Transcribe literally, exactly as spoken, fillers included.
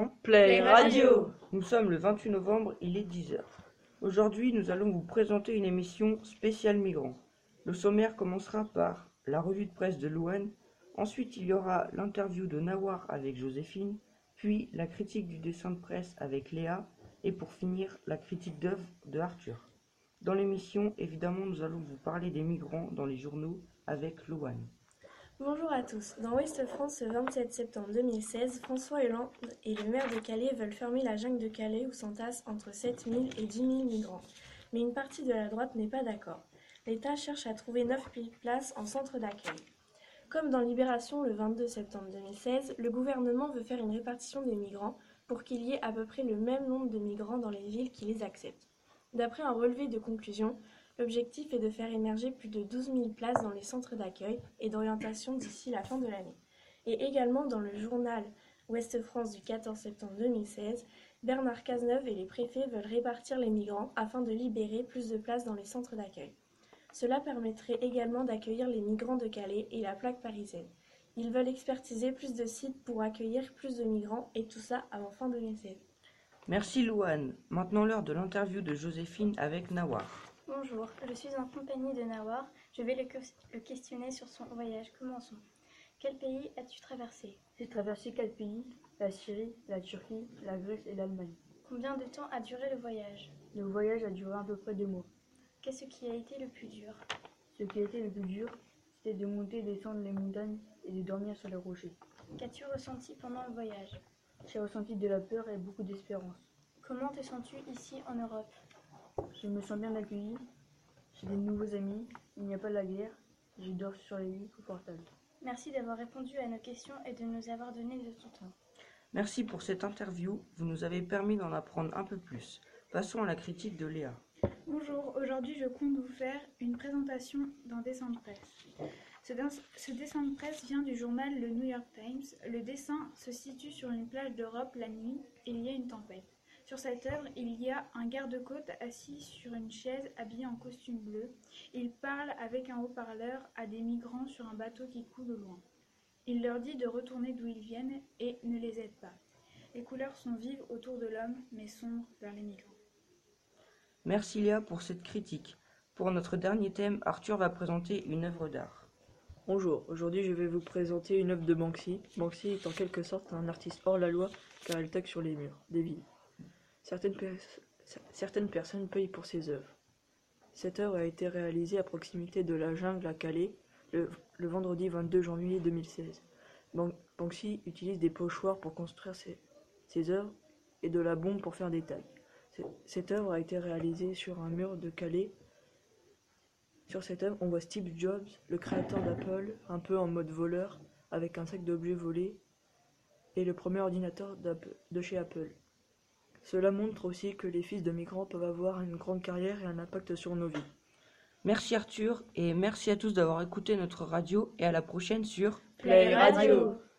écoutant Play Radio. Nous sommes le vingt-huit novembre, il est dix heures. Aujourd'hui, nous allons vous présenter une émission spéciale migrants. Le sommaire commencera par la revue de presse de Louane, ensuite il y aura l'interview de Nawar avec Joséphine, puis la critique du dessin de presse avec Léa, et pour finir, la critique d'œuvre de Arthur. Dans l'émission, évidemment, nous allons vous parler des migrants dans les journaux avec Louane. Bonjour à tous. Dans Ouest France, le vingt-sept septembre deux mille seize, François Hollande et le maire de Calais veulent fermer la jungle de Calais où s'entassent entre sept mille et dix mille migrants. Mais une partie de la droite n'est pas d'accord. L'État cherche à trouver neuf mille places en centre d'accueil. Comme dans Libération le vingt-deux septembre deux mille seize, le gouvernement veut faire une répartition des migrants pour qu'il y ait à peu près le même nombre de migrants dans les villes qui les acceptent. D'après un relevé de conclusion, l'objectif est de faire émerger plus de douze mille places dans les centres d'accueil et d'orientation d'ici la fin de l'année. Et également dans le journal Ouest France du quatorze septembre deux mille seize, Bernard Cazeneuve et les préfets veulent répartir les migrants afin de libérer plus de places dans les centres d'accueil. Cela permettrait également d'accueillir les migrants de Calais et la plaque parisienne. Ils veulent expertiser plus de sites pour accueillir plus de migrants et tout ça avant fin deux mille seize. Merci Louane. Maintenant l'heure de l'interview de Joséphine avec Nawar. Bonjour, je suis en compagnie de Nawar. Je vais le, le questionner sur son voyage. Commençons. Quel pays as-tu traversé? J'ai traversé quatre pays, la Syrie, la Turquie, la Grèce et l'Allemagne. Combien de temps a duré le voyage? Le voyage a duré à peu près deux mois. Qu'est-ce qui a été le plus dur? Ce qui a été le plus dur, c'était de monter et descendre les montagnes et de dormir sur les rochers. Qu'as-tu ressenti pendant le voyage? J'ai ressenti de la peur et beaucoup d'espérance. Comment te sens-tu ici en Europe? Je me sens bien accueilli, j'ai des nouveaux amis, il n'y a pas la guerre, je dors sur les lits confortables. Merci d'avoir répondu à nos questions et de nous avoir donné de ton temps. Merci pour cette interview, vous nous avez permis d'en apprendre un peu plus. Passons à la critique de Léa. Bonjour, aujourd'hui je compte vous faire une présentation d'un dessin de presse. Ce, ce dessin de presse vient du journal Le New York Times. Le dessin se situe sur une plage d'Europe la nuit et il y a une tempête. Sur cette œuvre, il y a un garde-côte assis sur une chaise habillé en costume bleu. Il parle avec un haut-parleur à des migrants sur un bateau qui coule au loin. Il leur dit de retourner d'où ils viennent et ne les aide pas. Les couleurs sont vives autour de l'homme, mais sombres vers les migrants. Merci Léa pour cette critique. Pour notre dernier thème, Arthur va présenter une œuvre d'art. Bonjour, aujourd'hui je vais vous présenter une œuvre de Banksy. Banksy est en quelque sorte un artiste hors la loi car elle tague sur les murs des villes. Certaines, pers- certaines personnes payent pour ses œuvres. Cette œuvre a été réalisée à proximité de la jungle à Calais le, le vendredi vingt-deux janvier deux mille seize. Ban- Banksy utilise des pochoirs pour construire ses, ses œuvres et de la bombe pour faire des tags. C- cette œuvre a été réalisée sur un mur de Calais. Sur cette œuvre, on voit Steve Jobs, le créateur d'Apple, un peu en mode voleur, avec un sac d'objets volés, et le premier ordinateur de chez Apple. Cela montre aussi que les fils de migrants peuvent avoir une grande carrière et un impact sur nos vies. Merci Arthur, et merci à tous d'avoir écouté notre radio, et à la prochaine sur Play Radio.